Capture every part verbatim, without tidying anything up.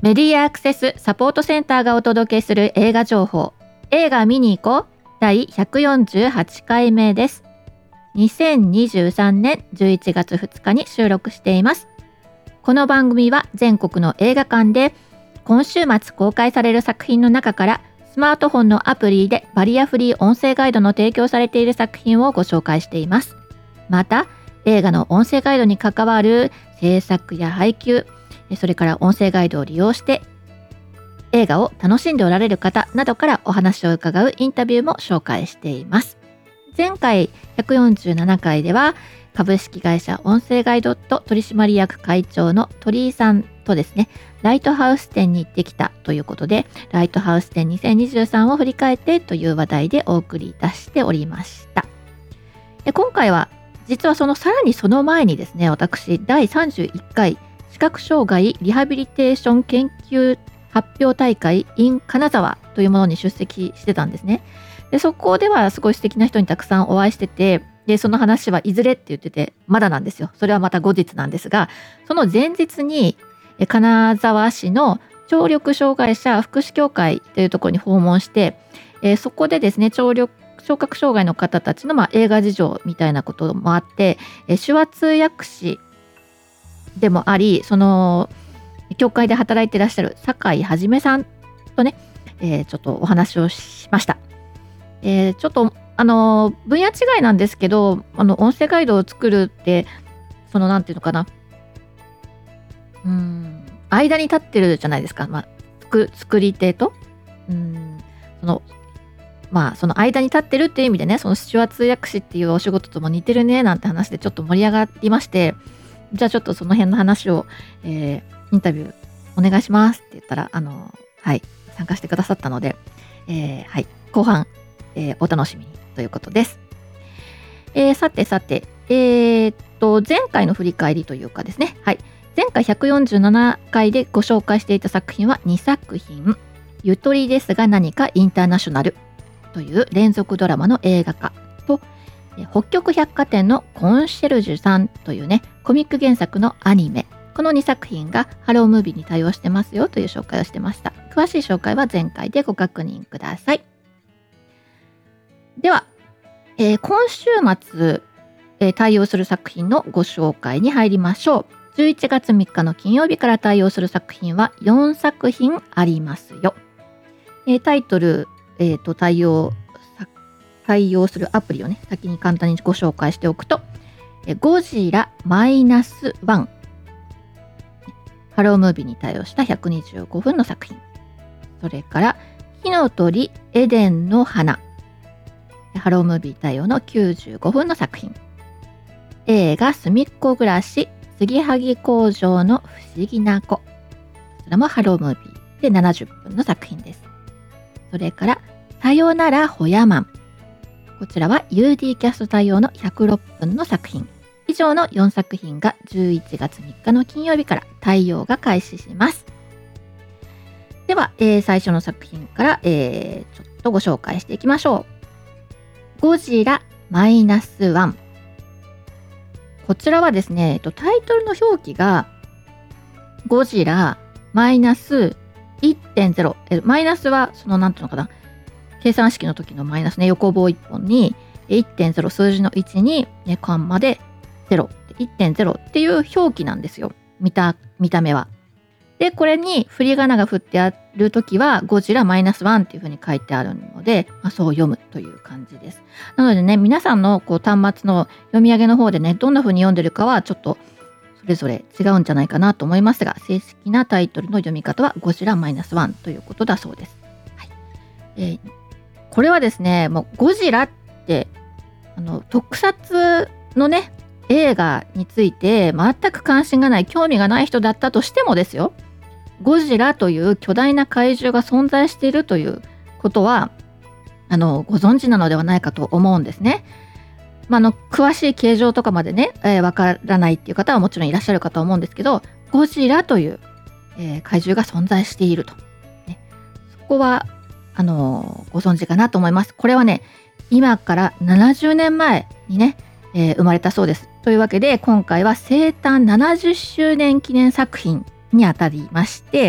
メディアアクセスサポートセンターがお届けする映画情報、映画見に行こうだいひゃくよんじゅうはちかいめです。にせんにじゅうさんねんじゅういちがつふつかに収録しています。この番組は全国の映画館で今週末公開される作品の中からスマートフォンのアプリでバリアフリー音声ガイドの提供されている作品をご紹介しています。また映画の音声ガイドに関わる制作や配給、それから音声ガイドを利用して映画を楽しんでおられる方などからお話を伺うインタビューも紹介しています。前回ひゃくよんじゅうななかいでは株式会社音声ガイドット取締役会長の鳥居さんとですね、ライトハウス展に行ってきたということで、ライトハウス展にせんにじゅうさんを振り返ってという話題でお送りいたしておりました。で今回は実はそのさらにその前にですね、私だいさんじゅういっかい視覚障害リハビリテーション研究発表大会 in 金沢というものに出席してたんですね。でそこではすごい素敵な人にたくさんお会いしてて、でその話はいずれって言っててまだなんですよ。それはまた後日なんですが、その前日に金沢市の聴力障害者福祉協会というところに訪問して、えー、そこでですね、聴力聴覚障害の方たちのまあ映画事情みたいなこともあって、えー、手話通訳士でもあり、その協会で働いていらっしゃる酒井はじめさんとね、えー、ちょっとお話をしました。えー、ちょっとあの分野違いなんですけど、あの音声ガイドを作るってそのなんていうのかな、うーん間に立ってるじゃないですか、まあ、作, 作り手とうーんそのまあその間に立ってるっていう意味でね、その手話通訳士っていうお仕事とも似てるねなんて話でちょっと盛り上がりまして、じゃあちょっとその辺の話を、えー、インタビューお願いしますって言ったら、あのはい参加してくださったので、えー、はい後半、えー、お楽しみにということです。えー、さてさて、えー、っと前回の振り返りというかですね、はい、前回ひゃくよんじゅうななかいでご紹介していた作品はにさくひん、ゆとりですが何かインターナショナルという連続ドラマの映画化と、北極百貨店のコンシェルジュさんというねコミック原作のアニメ、このにさくひんがハロームービーに対応してますよという紹介をしてました。詳しい紹介は前回でご確認ください。では、えー、今週末、えー、対応する作品のご紹介に入りましょう。じゅういちがつみっかの金曜日から対応する作品はよんさくひんありますよ。えー、タイトル、えー、と対応対応するアプリをね先に簡単にご紹介しておくと、えー、ゴジラマイナスワン、ハロームービーに対応したひゃくにじゅうごふんの作品、それから火の鳥エデンの花、ハロームービー対応のきゅうじゅうごふんの作品、映画すみっこ暮らし継ぎはぎ工場の不思議な子、こちらもハロームービーでななじゅっぷんの作品です。それからさよならホヤマン、こちらは ユーディー キャスト対応のひゃくろっぷんの作品。以上のよんさくひんがじゅういちがつみっかの金曜日から対応が開始します。では、えー、最初の作品から、えー、ちょっとご紹介していきましょう。ゴジラマイナスワン、こちらはですね、タイトルの表記がゴジラマイナス いってんゼロ、 マイナスはそのなんていうのかな、計算式の時のマイナスね、横棒いっぽんに いってんゼロ 数字のいちに、ね、カンマでゼロ いってんゼロ っていう表記なんですよ、見た見た目は。でこれに振り仮名が振ってあるときはゴジラマイナスワンっていうふうに書いてあるので、まあ、そう読むという感じです。なのでね、皆さんのこう端末の読み上げの方でね、どんなふうに読んでるかはちょっとそれぞれ違うんじゃないかなと思いますが、正式なタイトルの読み方はゴジラマイナスワンということだそうです。はい、えー、これはですね、もうゴジラってあの特撮のね映画について全く関心がない、興味がない人だったとしてもですよ、ゴジラという巨大な怪獣が存在しているということはあのご存知なのではないかと思うんですね。まあ、あの詳しい形状とかまでね、えー、わからないっていう方はもちろんいらっしゃるかと思うんですけど、ゴジラという、えー、怪獣が存在していると、ね、そこはあのご存知かなと思います。これはね、今からななじゅうねんまえにね、えー、生まれたそうです。というわけで今回は生誕ななじゅっしゅうねん記念作品にあたりまして、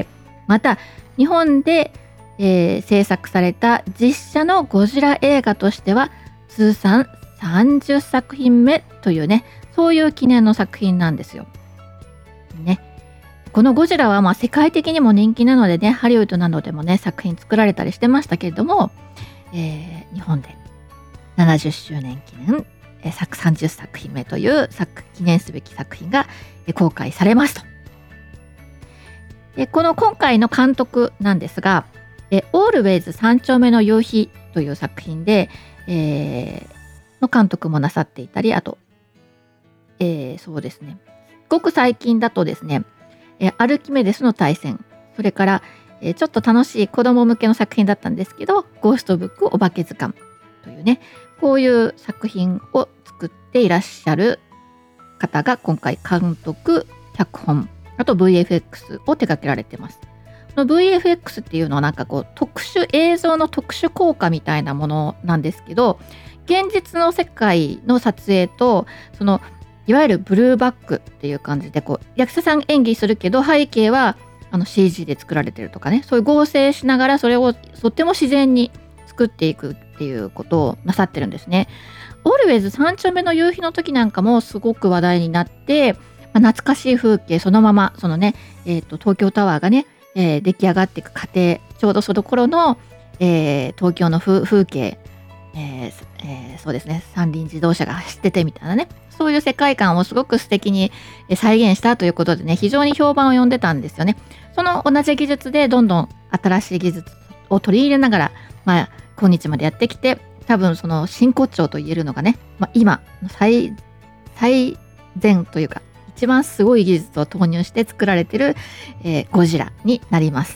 また日本で、えー制作された実写のゴジラ映画としては通算さんじゅっさく品目というね、そういう記念の作品なんですよ。ね、このゴジラはまあ世界的にも人気なのでね、ハリウッドなどでもね作品作られたりしてましたけれども、えー日本でななじゅっしゅうねん記念、えー作さんじゅっさく品目という作記念すべき作品がえー公開されますと。でこの今回の監督なんですが、えオールウェイズ三丁目の夕日という作品で、えーの監督もなさっていたり、あと、えーそうですね、ごく最近だとですね、えーアルキメデスの対戦、それから、えーちょっと楽しい子供向けの作品だったんですけど、ゴーストブックお化け図鑑というね、こういう作品を作っていらっしゃる方が今回監督、脚本、あと ブイエフエックス を手掛けられています。この ブイエフエックス っていうのはなんかこう特殊映像の特殊効果みたいなものなんですけど、現実の世界の撮影とそのいわゆるブルーバックっていう感じでこう役者さん演技するけど背景はあの シージー で作られてるとかね、そういう合成しながらそれをとっても自然に作っていくっていうことをなさってるんですね。オールウェイズ三丁目の夕日の時なんかもすごく話題になって、まあ懐かしい風景そのままそのね、えーと東京タワーがね、えー出来上がっていく過程、ちょうどその頃の、えー東京の風風景、えーすえーそうですね、三輪自動車が走っててみたいなね、そういう世界観をすごく素敵にえー再現したということでね、非常に評判を呼んでたんですよね。その同じ技術でどんどん新しい技術を取り入れながら、まあ、今日までやってきて、多分その真骨頂と言えるのがね、まあ、今最最善というか一番すごい技術を投入して作られている、えーゴジラになります。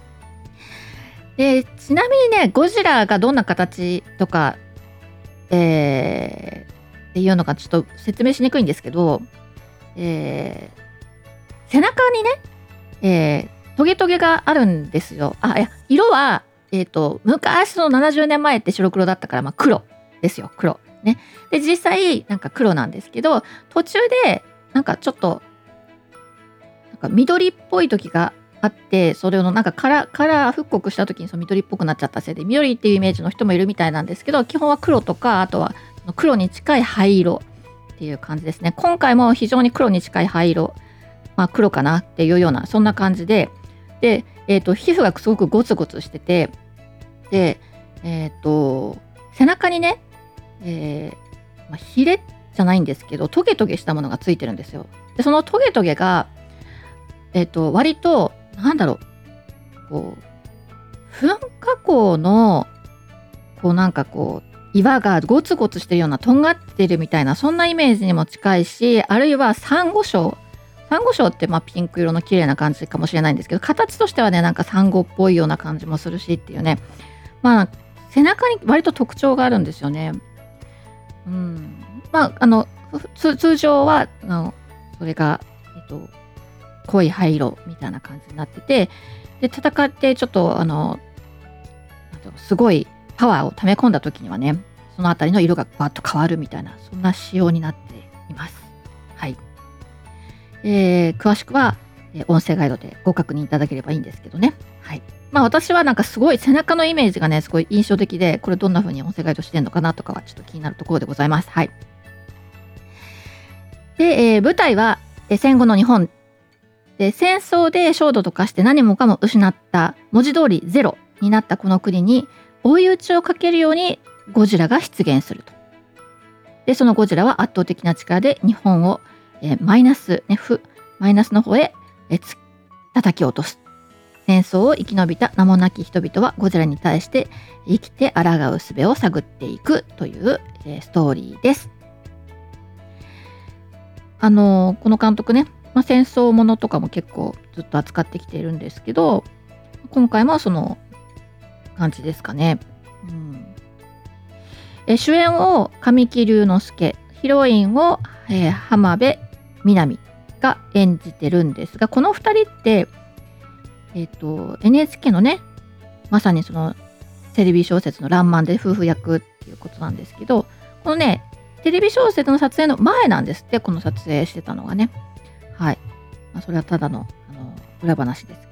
でちなみにね、ゴジラがどんな形とか、えーっていうのがちょっと説明しにくいんですけど、えー背中にね、えートゲトゲがあるんですよ。あ、いや、色は、えっと、昔のななじゅうねんまえって白黒だったから、まあ、黒ですよ、黒。ね。で、実際、なんか黒なんですけど、途中で、なんかちょっと、なんか緑っぽい時があって、それのなんかカラー、カラー復刻した時にその緑っぽくなっちゃったせいで、緑っていうイメージの人もいるみたいなんですけど、基本は黒とか、あとはその黒に近い灰色っていう感じですね。今回も非常に黒に近い灰色、まあ、黒かなっていうような、そんな感じで、で、えーと、皮膚がすごくゴツゴツしてて、で、えっと、背中にね、えーまあ、ヒレじゃないんですけど、トゲトゲしたものがついてるんですよ。で、そのトゲトゲが、えっと、割と、なんだろう、こう、噴火口の、こうなんかこう、岩がゴツゴツしてるような、とんがってるみたいな、そんなイメージにも近いし、あるいはサンゴ礁。サンゴ礁ってまあピンク色の綺麗な感じかもしれないんですけど、形としてはね、なんかサンゴっぽいような感じもするしっていうね、まあ背中に割と特徴があるんですよね。うん、まああのふ通常はあのそれが、えっと、濃い灰色みたいな感じになってて、で戦ってちょっとあのなんだろう、すごいパワーを溜め込んだ時にはね、そのあたりの色がバッと変わるみたいな、そんな仕様になっています。はい。えー詳しくは、えー音声ガイドでご確認いただければいいんですけどね。はい。まあ私はなんかすごい背中のイメージがね、すごい印象的で、これどんな風に音声ガイドしてんのかなとかはちょっと気になるところでございます。はい。で、えー舞台は、えー戦後の日本で、戦争で焦土と化して何もかも失った文字通りゼロになったこの国に追い打ちをかけるようにゴジラが出現すると。で、そのゴジラは圧倒的な力で日本を、えーマイナス、ね、負マイナスの方へ、えーつ叩き落とす。戦争を生き延びた名もなき人々はゴジラに対して生きて抗う術を探っていくという、えーストーリーです。あのーこの監督ね、まあ、戦争ものとかも結構ずっと扱ってきているんですけど、今回もその感じですかね。うんえー主演を神木隆之介、ヒロインを、えー浜辺美波が演じてるんですが、このふたりって、えっと エヌエイチケー のね、まさにそのテレビ小説のらんまんで夫婦役っていうことなんですけど、このねテレビ小説の撮影の前なんですって、この撮影してたのがね。はい。まあ、それはただの、あの裏話ですけど、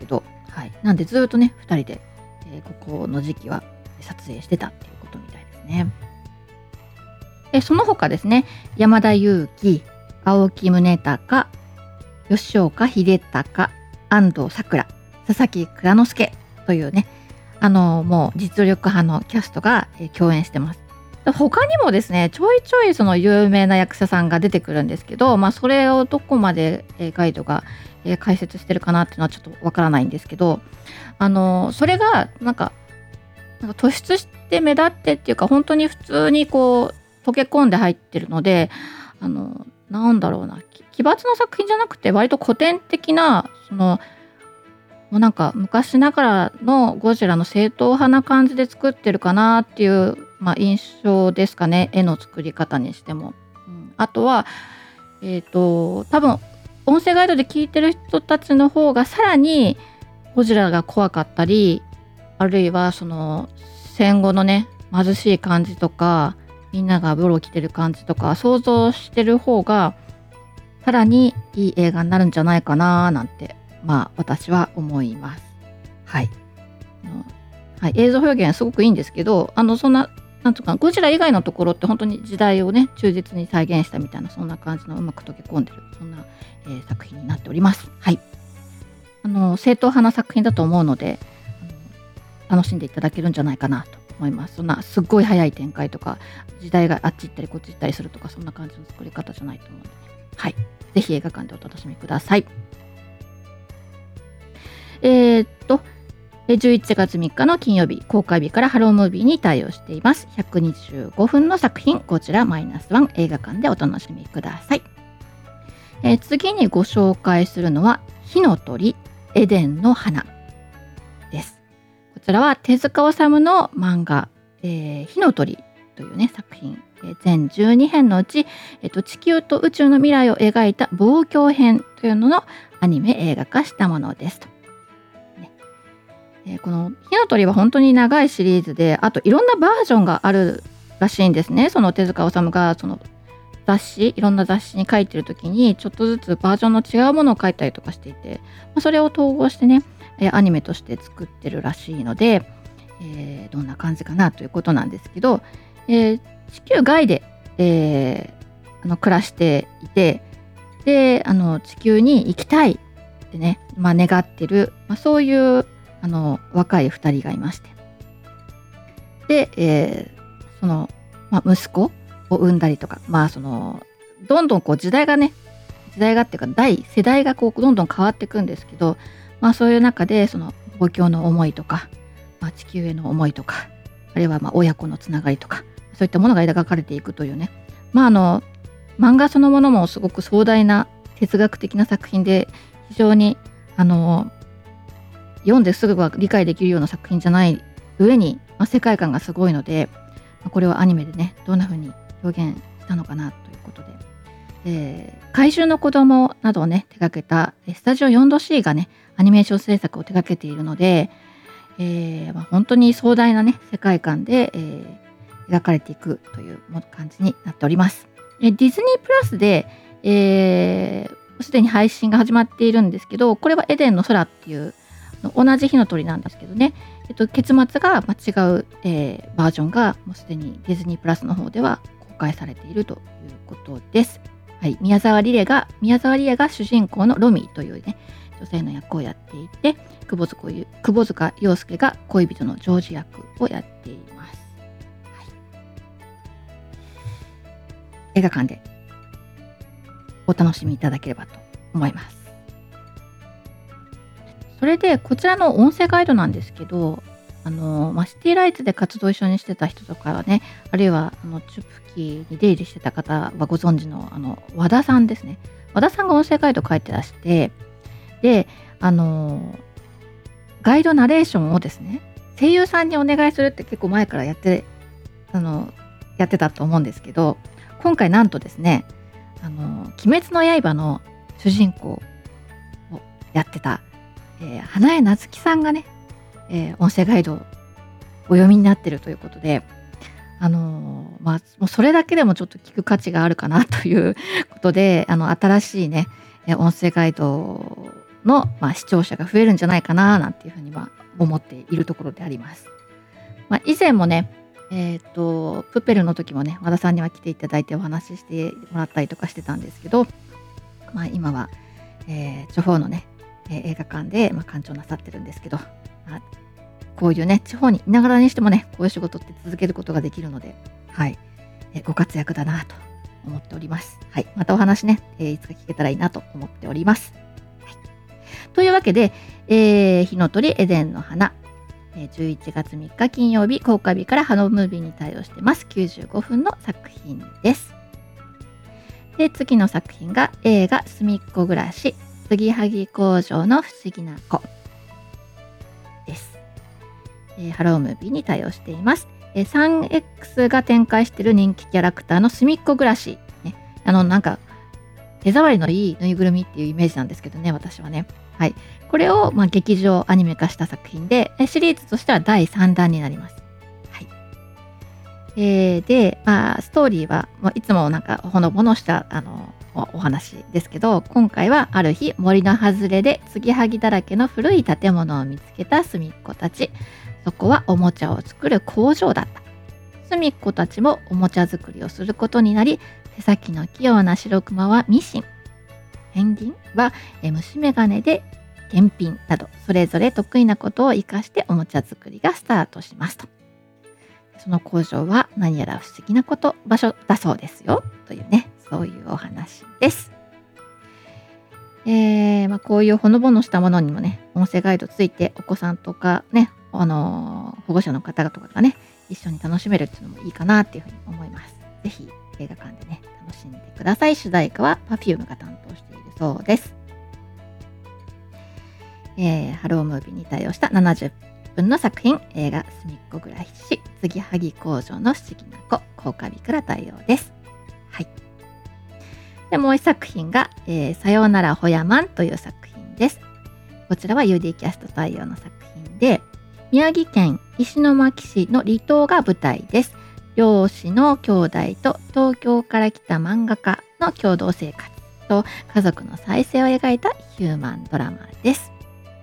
はい、なんでずっとねふたりで、えー、ここの時期は撮影してたっていうことみたいですね。でその他ですね、山田裕貴、青木宗隆、吉岡秀隆、安藤サクラ、佐々木蔵之介というね、あのもう実力派のキャストが、えー、共演してます。他にもですね、ちょいちょいその有名な役者さんが出てくるんですけど、まあ、それをどこまで、えー、ガイドが、えー、解説してるかなっていうのはちょっとわからないんですけど、あのそれがなんかなんか突出して目立ってっていうか、本当に普通にこう溶け込んで入ってるので、あのなんだろうな、奇抜な作品じゃなくて割と古典的な、そのもうなんか昔ながらのゴジラの正統派な感じで作ってるかなっていう、まあ、印象ですかね。絵の作り方にしても、うん、あとはえっと多分音声ガイドで聞いてる人たちの方がさらにゴジラが怖かったり、あるいはその戦後のね貧しい感じとか、みんながボロ着てる感じとか想像してる方がさらにいい映画になるんじゃないかななんて、まあ私は思います。はい。はい、映像表現はすごくいいんですけど、あのそんななんとかゴジラ以外のところって本当に時代をね忠実に再現したみたいな、そんな感じのうまく溶け込んでる、そんな、えー、作品になっております。はい。あの正統派な作品だと思うので、あの楽しんでいただけるんじゃないかなと思います。そんなすっごい早い展開とか、時代があっち行ったりこっち行ったりするとか、そんな感じの作り方じゃないと思うので、はい。ぜひ映画館でお楽しみください。えー、っとじゅういちがつみっかの金曜日公開日からハロームービーに対応しています。ひゃくにじゅうごふんの作品、ゴジラマイナスワン、映画館でお楽しみください。えー、次にご紹介するのは火の鳥エデンの花です。こちらは手塚治虫の漫画、えー、火の鳥というね作品、えー、全じゅうにへんのうち、えーと、地球と宇宙の未来を描いた望郷編というののアニメ映画化したものですと。えー、この火の鳥は本当に長いシリーズで、あといろんなバージョンがあるらしいんですね。その手塚治虫がその雑誌、いろんな雑誌に書いてる時にちょっとずつバージョンの違うものを書いたりとかしていて、まあ、それを統合してね、えー、アニメとして作ってるらしいので、えー、どんな感じかなということなんですけど、えー、地球外で、えー、あの暮らしていて、であの地球に行きたいってね、まあ、願ってる、まあ、そういうあの若いふたりがいまして、で、えー、その、まあ、息子を産んだりとか、まあそのどんどんこう時代がね時代がっていうか代世代がこうどんどん変わっていくんですけど、まあそういう中でその望郷の思いとか、まあ、地球への思いとか、あるいはまあ親子のつながりとか、そういったものが描かれていくというね、まああの漫画そのものもすごく壮大な哲学的な作品で、非常にあの読んですぐは理解できるような作品じゃない上に、まあ、世界観がすごいので、まあ、これをアニメでねどんな風に表現したのかなということで、えー、怪獣の子供などをね手掛けたスタジオ よんどシー がねアニメーション制作を手掛けているので、えーまあ、本当に壮大なね世界観で、えー、描かれていくという感じになっております。えディズニープラスで、えー、すでに配信が始まっているんですけど、これはエデンの空っていう同じ火の鳥なんですけどね、えっと、結末が違う、えー、バージョンがもうすでにディズニープラスの方では公開されているということです。はい、宮沢りえが宮沢りえが主人公のロミというね女性の役をやっていて、窪塚窪塚洋介が恋人のジョージ役をやっています。はい、映画館でお楽しみいただければと思います。それでこちらの音声ガイドなんですけど、あのまあ、シティライツで活動一緒にしてた人とかはね、あるいはあのチュプキに出入りしてた方はご存知のあの和田さんですね。和田さんが音声ガイド書いてらして、であのガイドナレーションをですね声優さんにお願いするって結構前からやってあのやってたと思うんですけど、今回なんとですねあの鬼滅の刃の主人公をやってたえー、花江夏樹さんがね、えー、音声ガイドをお読みになってるということで、あのー、まあもうそれだけでもちょっと聞く価値があるかなということで、あの新しいね音声ガイドの、まあ、視聴者が増えるんじゃないかななんていうふうには思っているところであります。まあ、以前もね、えっとプペルの時もね和田さんには来ていただいてお話ししてもらったりとかしてたんですけど、まあ、今は、えー、地方のね、えー映画館で、まあ、館長なさってるんですけど、まあ、こういうね地方にいながらにしてもねこういう仕事って続けることができるので、はい、えーご活躍だなと思っております。はい、またお話ね、えーいつか聞けたらいいなと思っております。はい、というわけで、えー火の鳥エデンの花、えーじゅういちがつみっか金曜日公開日からハロームービーに対応してます。きゅうじゅうごふんの作品です。で、次の作品が映画すみっこ暮らし継ぎはぎ工場の不思議な子です。えーハロームービーに対応しています。えー スリーエックス が展開している人気キャラクターのすみっこ暮らし、ね、あのなんか手触りのいいぬいぐるみっていうイメージなんですけどね、私はね。はい。これを、まあ、劇場アニメ化した作品で、えシリーズとしてはだいさんだんになります。はい。えーで、まあ、ストーリーは、まあ、いつもなんかほのぼのしたあのおお話ですけど、今回はある日森の外れで継ぎはぎだらけの古い建物を見つけたすみっこたち。そこはおもちゃを作る工場だった。すみっこたちもおもちゃ作りをすることになり、手先の器用な白熊はミシン、ペンギンはえ虫眼鏡で検品など、それぞれ得意なことを生かしておもちゃ作りがスタートしますと。その工場は何やら不思議なこと場所だそうですよというね、そういうお話です。えーまあ、こういうほのぼのしたものにもね音声ガイドついて、お子さんとかね、あのー保護者の方とかがね一緒に楽しめるっていうのもいいかなっていうふうに思います。ぜひ映画館でね楽しんでください。主題歌は Perfume が担当しているそうです。えーハロームービーに対応したななじゅっぷんの作品、映画すみっこ暮らし継ぎはぎ工場の不思議な子、公開日から対応です。はい。でもう一作品が、えーさようならホヤマンという作品です。こちらは ユーディー キャスト対応の作品で、宮城県石巻市の離島が舞台です。漁師の兄弟と東京から来た漫画家の共同生活と家族の再生を描いたヒューマンドラマです。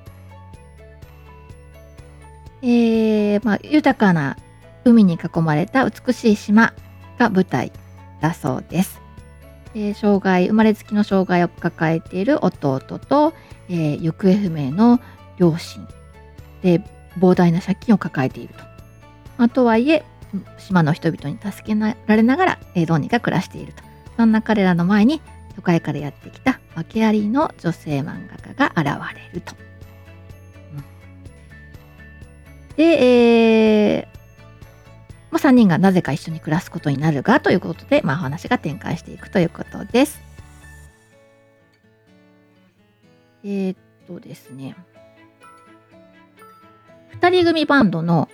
えーまあ、豊かな海に囲まれた美しい島が舞台だそうです。えー障害生まれつきの障害を抱えている弟と、えー行方不明の両親で膨大な借金を抱えていると。まあ、とはいえ島の人々に助けられながら、えーどうにか暮らしていると。そんな彼らの前に都会からやってきた訳ありの女性漫画家が現れると。うんで、えーまあ、さんにんがなぜか一緒に暮らすことになるがということで、まあ、お話が展開していくということです。えー、っとですねふたり組バンドの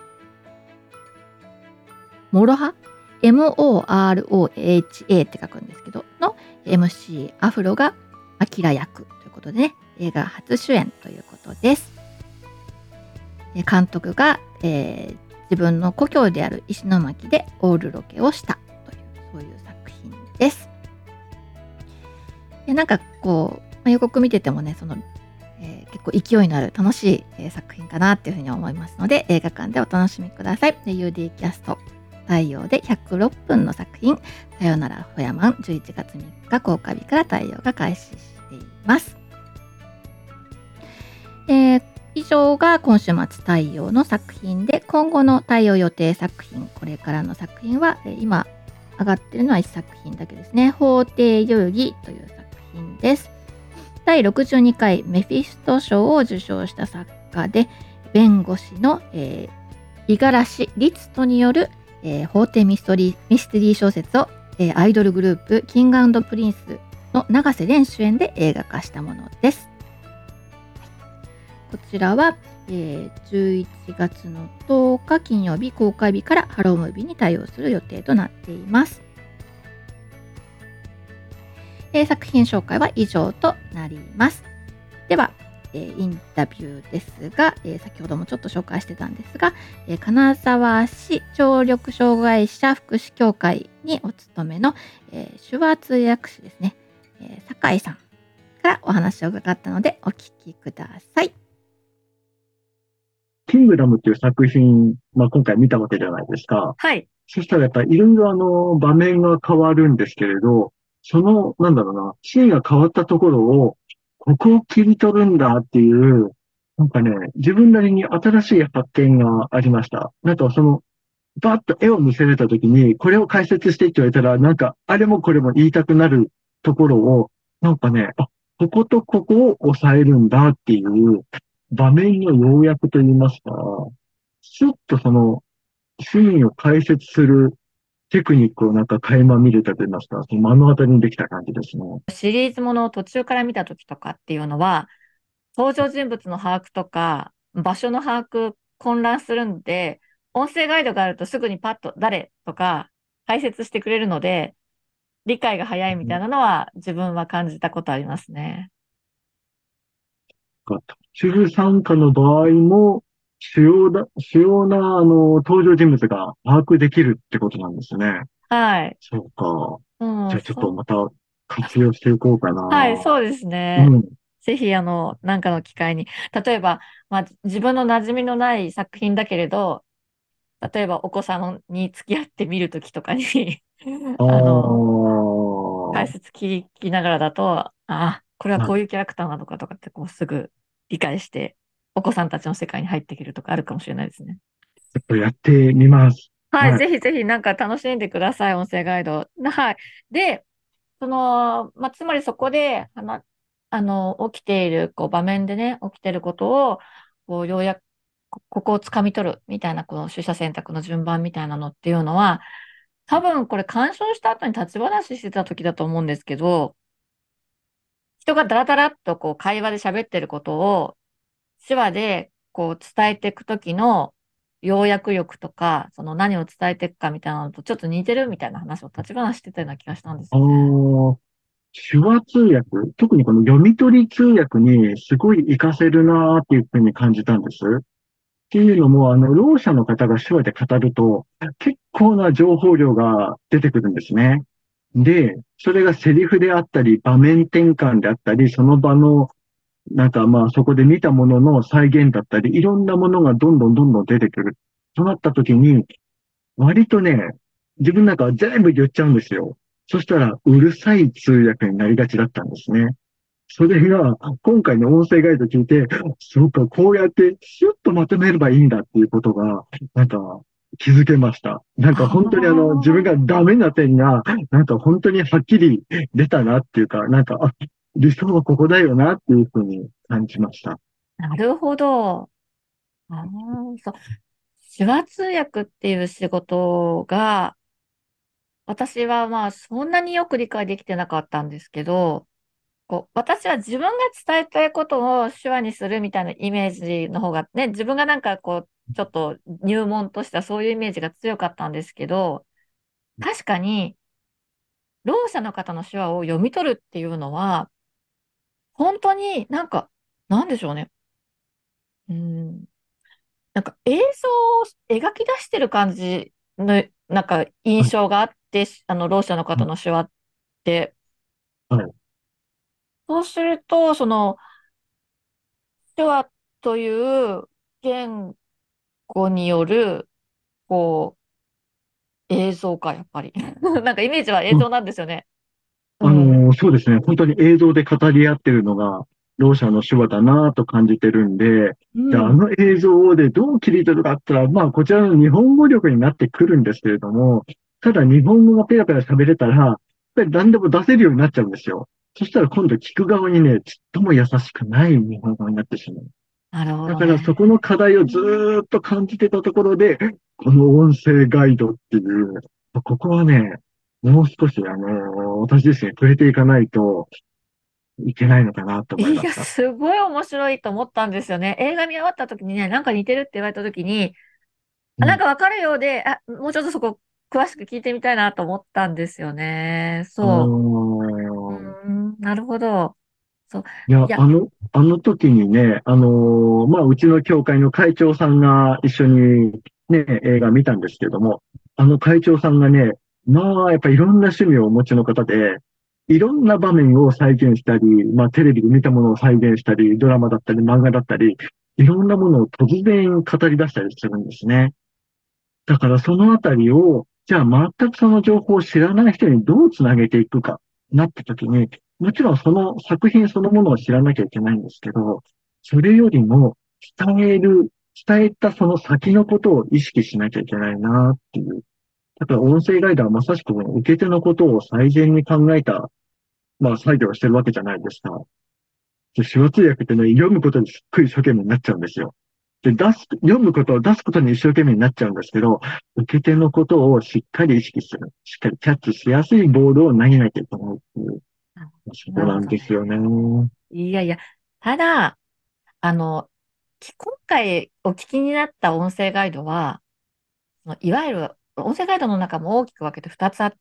モロハ エムオーアールオーエイチエー って書くんですけどの エムシー アフロがアキラ役ということでね、映画初主演ということです。監督が、えー自分の故郷である石巻でオールロケをしたという、そういう作品です。でなんかこう、まあ、予告見ててもねその、えー結構勢いのある楽しい、えー作品かなっていうふうに思いますので、映画館でお楽しみください。で ユーディー キャスト対応でひゃくろっぷんの作品、さよならホヤマン、じゅういちがつみっか公開日から対応が開始しています。えー以上が今週末対応の作品で、今後の対応予定作品、これからの作品は、えー今上がっているのはいち作品だけですね。法廷遊戯という作品です。だいろくじゅうにかいメフィスト賞を受賞した作家で、弁護士の、えー、五十嵐律人による、えー法廷ミステリー、ミステリー小説を、えーアイドルグループキング&プリンスの永瀬廉主演で映画化したものです。こちらは、えーじゅういちがつのとおか金曜日公開日からハロームービーに対応する予定となっています。えー作品紹介は以上となります。では、えーインタビューですが、えー先ほどもちょっと紹介してたんですが、えー金沢市聴力障害者福祉協会にお勤めの、えー手話通訳士ですね、えー酒井さんからお話を伺ったのでお聞きください。 キングダムっていう作品、まあ、今回見たわけじゃないですか。 はい。 そしたらやっぱりいろいろあの、場面が変わるんですけれど、その、なんだろうな、シーンが変わったところを、ここを切り取るんだっていう、なんかね、自分なりに新しい発見がありました。なんかその、バーッと絵を見せれたときに、これを解説してって言われたら、なんか、あれもこれも言いたくなるところを、なんかね、あ、こことここを抑えるんだっていう場面の要約といいますか、ちょっとその、シーンを解説するテクニックをなんか垣間見れたと言いますか、その目の当たりにできた感じですね。 シリーズものを途中から見た時とかっていうのは、登場人物の把握とか、場所の把握混乱するんで、音声ガイドがあるとすぐにパッと誰とか解説してくれるので、理解が早いみたいなのは自分は感じたことありますね。 が途中参加の場合も、主要だ、主要な、あの、登場人物が把握できるってことなんですね。 はい。 そうか。 うん、 じゃあちょっとそう。 また活用していこうかはい、 な。 そうですね。 うん。 ぜひ、あの、なんかの機会に。例えば、まあ、自分の馴染みのない作品だけれど、例えばお子さんに付き合ってみるときとかにああの、解あ、 説聞きながらだと、あ、これははい。 こういうキャラクターなのかとかってこうすぐ理解して、お子さんたちの世界に入っていけるとかあるかもしれないですね。 ちょっとやってみます。 はい、 はい。 ぜひぜひなんか楽しんでください、音声ガイド。なはい。で、その、まあ、つまりそこで、あの、あの、起きている、こう、場面でね、起きていることを、こう、ようやく、こここを掴み取るみたいな、この取捨選択の順番みたいなのっていうのは、多分これ鑑賞した後に立ち話してた時だと思うんですけど、人がダラダラっとこう会話で喋ってることを手話でこう伝えていく時の要約力とか、その何を伝えていくかみたいなのとちょっと似てるみたいな話を立ち話してたような気がしたんですあよね。 あ、手話通訳、特にこの読み取り通訳にすごい活かせるなーっていうふうに感じたんです。っていうのも、あの、ろう者の方が手話で語ると、結構な情報量が出てくるんですね。で、それがセリフであったり、場面転換であったり、その場の、なんかまあそこで見たものの再現だったり、いろんなものがどんどんどんどん出てくる。となった時に、割とね、自分なんかは全部言っちゃうんですよ。そしたら、うるさい通訳になりがちだったんですね。それが、今回の音声ガイド聞いて、そうか、こうやってシュッとまとめればいいんだっていうことが、なんか気づけました。なんかあ本当にあの、自分がダメな点が、なんか本当にはっきり出たなっていうか、なんか、あ、理想はここだよなっていうふうに感じました。 あ、なるほど。ああ、そう。手話通訳っていう仕事が、私はまあそんなによく理解できてなかったんですけど、こう、私は自分が伝えたいことを手話にするみたいなイメージの方がね、自分がなんかこう、ちょっと入門としたそういうイメージが強かったんですけど、確かに、ろう者の方の手話を読み取るっていうのは、本当になんか、なんでしょうね。うん、なんか映像を描き出してる感じの、なんか印はい。 象があって、あの、ろう者の方の手話って、 はい。 そうすると、その、手話という言語による、こう、映像か、やっぱり。なんかイメージは映像なんですよね。うあん。 のーそうですね。本当に映像で語り合ってるのが、ろう者の手話だなと感じてるんで、じゃあ、あうん。 の映像でどう切り取るかって言ったら、まあ、こちらの日本語力になってくるんですけれども、ただ日本語がペラペラ喋れたら、やっぱり何でも出せるようになっちゃうんですよ。そしたら今度聞く側にね、ちっとも優しくない日本語になってしまう。 なるほだどね。 からそこの課題をずーっと感じてたところで、この音声ガイドっていう、ここはね、もう少し、あの、私自身触れていかないといけないのかなと思いいや、 ました。 すごい面白いと思ったんですよね。映画見終わった時にね、なんか似てるって言われた時に、あ、なんうん。 かわかるようで、あ、もうちょっとそこ詳しく聞いてみたいなと思ったんですよね。 あそう。うーーん、なるほど。そう。 いや、 いや、 あの、あの時にね、あのーまあ、うちの教会の会長さんが一緒にね、映画見たんですけども、あの会長さんがね、まあ、やっぱいろんな趣味をお持ちの方で、 いろんな場面を再現したり、まあテレビで見たものを再現したり、ドラマだったり漫画だったり、いろんなものを突然語り出したりするんですね。だからそのあたりを、じゃあ全くその情報を知らない人にどうつなげていくか、なった時に、もちろんその作品そのものを知らなきゃいけないんですけど、それよりも伝える、伝えたその先のことを意識しなきゃいけないなっていう。だから音声ガイダーはまさしく受け手のことを最善に考えた、まあ作業をしてるわけじゃないですか。で手話通訳ってね、読むことにすっごい一生懸命になっちゃうんですよ。で、出す、読むことを出すことに一生懸命になっちゃうんですけど、受け手のことをしっかり意識する。しっかりキャッチしやすいボールを投げなきゃいけないっていう、そこなんなるほどですよね。 ね。いやいや、ただ、あの、き今回お聞きになった音声ガイドは、そのいわゆる音声ガイドの中も大きく分けてふたつあって、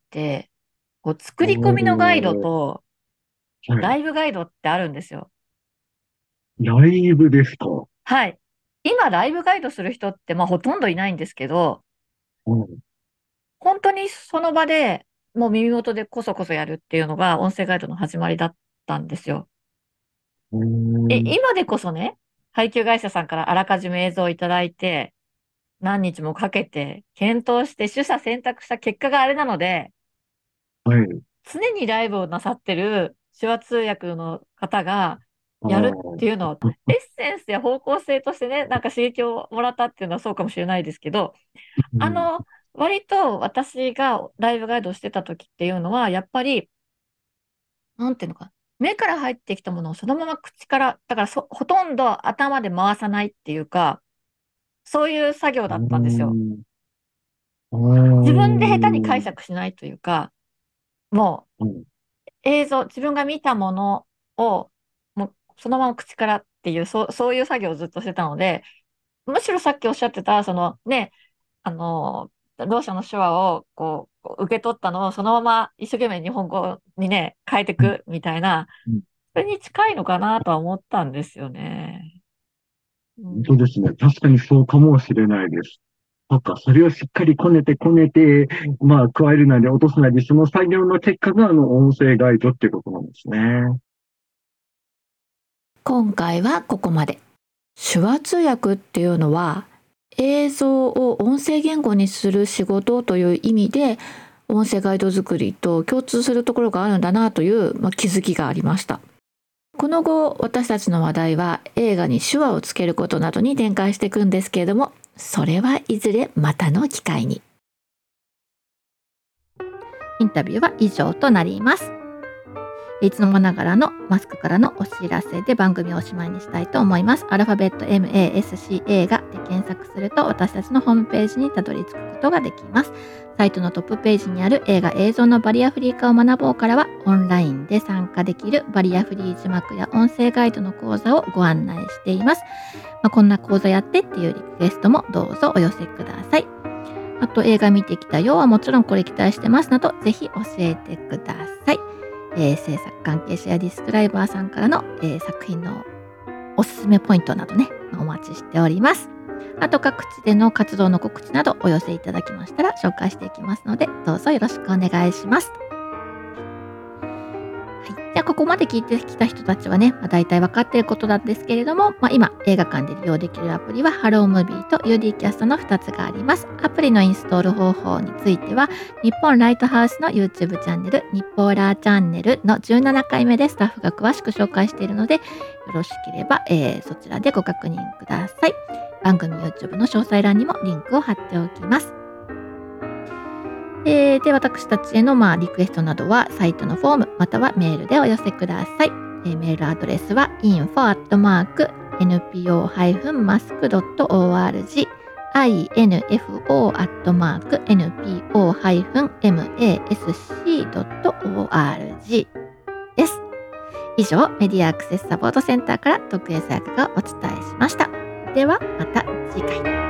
こう作り込みのガイドおー、 とはい。 ライブガイドってあるんですよ。 ライブですか？ はい。今、ライブガイドする人って、まあ、ほとんどいないんですけど、 うん。 本当にその場でもう耳元でこそこそやるっていうのが音声ガイドの始まりだったんですよ。 うーえ、 ん。 今でこそね、配給会社さんからあらかじめ映像をいただいて、何日もかけて検討して取捨選択した結果があれなので、 はい。 常にライブをなさってる手話通訳の方があやるっていうのは、 あ。 エッセンスや方向性としてね、なんか刺激をもらったっていうのはそうかもしれないですけど、 うん。 あの、割と私がライブガイドをしてた時っていうのは、やっぱり、なんていうのかな、目から入ってきたものをそのまま口から、だからそほとんど頭で回さないっていうか、そういう作業うーだったんですよ。 ん。あ自分で下手に解ー、 釈しないというか、もうん。 う映像、自分が見たものを、もうそのまま口からっていう、そう、そういう作業をずっとしてたので、むしろさっきおっしゃってた、そのね、あの、ろう者の手話をこう、こう受け取ったのをそのまま一生懸命日本語にね、変えていうん。 くみたいな、 うん。 それに近いのかなとは思ったんですよね。うん、 本当ですね。確かにそうかもしれないです。そっか、それをしっかりこねてこねて、まあ、加えるなり落とすなり、その作業の結果があの音声ガイドっていうことなんですね。 今回はここまで。手話通訳っていうのは映像を音声言語にする仕事という意味で音声ガイド作りと共通するところがあるんだなという、まあ、気づきがありました。この後私たちの話題は映画に手話をつけることなどに展開していくんですけれども、それはいずれまたの機会に。インタビューは以上となります。いつもながらのマスクからのお知らせで番組をおしまいにしたいと思います。アルファベット マスク 映画で検索すると私たちのホームページにたどり着くことができます。サイトのトップページにある映画映像のバリアフリー化を学ぼうからはオンラインで参加できるバリアフリー字幕や音声ガイドの講座をご案内しています。まあ、こんな講座やってっていうリクエストもどうぞお寄せください。あと映画見てきたよはもちろんこれ期待してますなどぜひ教えてください。えー、制作関係者やディスクライバーさんからの、えー、作品のおすすめポイントなどね、お待ちしております。あと各地での活動の告知などお寄せいただきましたら紹介していきますのでどうぞよろしくお願いします。はい、じゃあここまで聞いてきた人たちはね、まあ、大体分かっていることなんですけれども、まあ、今映画館で利用できるアプリはハロームービーと ユーディー キャストのふたつがあります。アプリのインストール方法については日本ライトハウスの YouTube チャンネル日報ラーチャンネルのじゅうななかいめでスタッフが詳しく紹介しているのでよろしければ、えー、そちらでご確認ください。番組 YouTube の詳細欄にもリンクを貼っておきます。えー、で私たちへの、まあ、リクエストなどはサイトのフォームまたはメールでお寄せください。えー、メールアドレスは インフォ アットマーク エヌピーオー マスク ドット オーアールジー インフォ アットマーク エヌピーオー マスク ドット オーアールジー です。以上メディアアクセスサポートセンターから徳江さやかがお伝えしました。ではまた次回。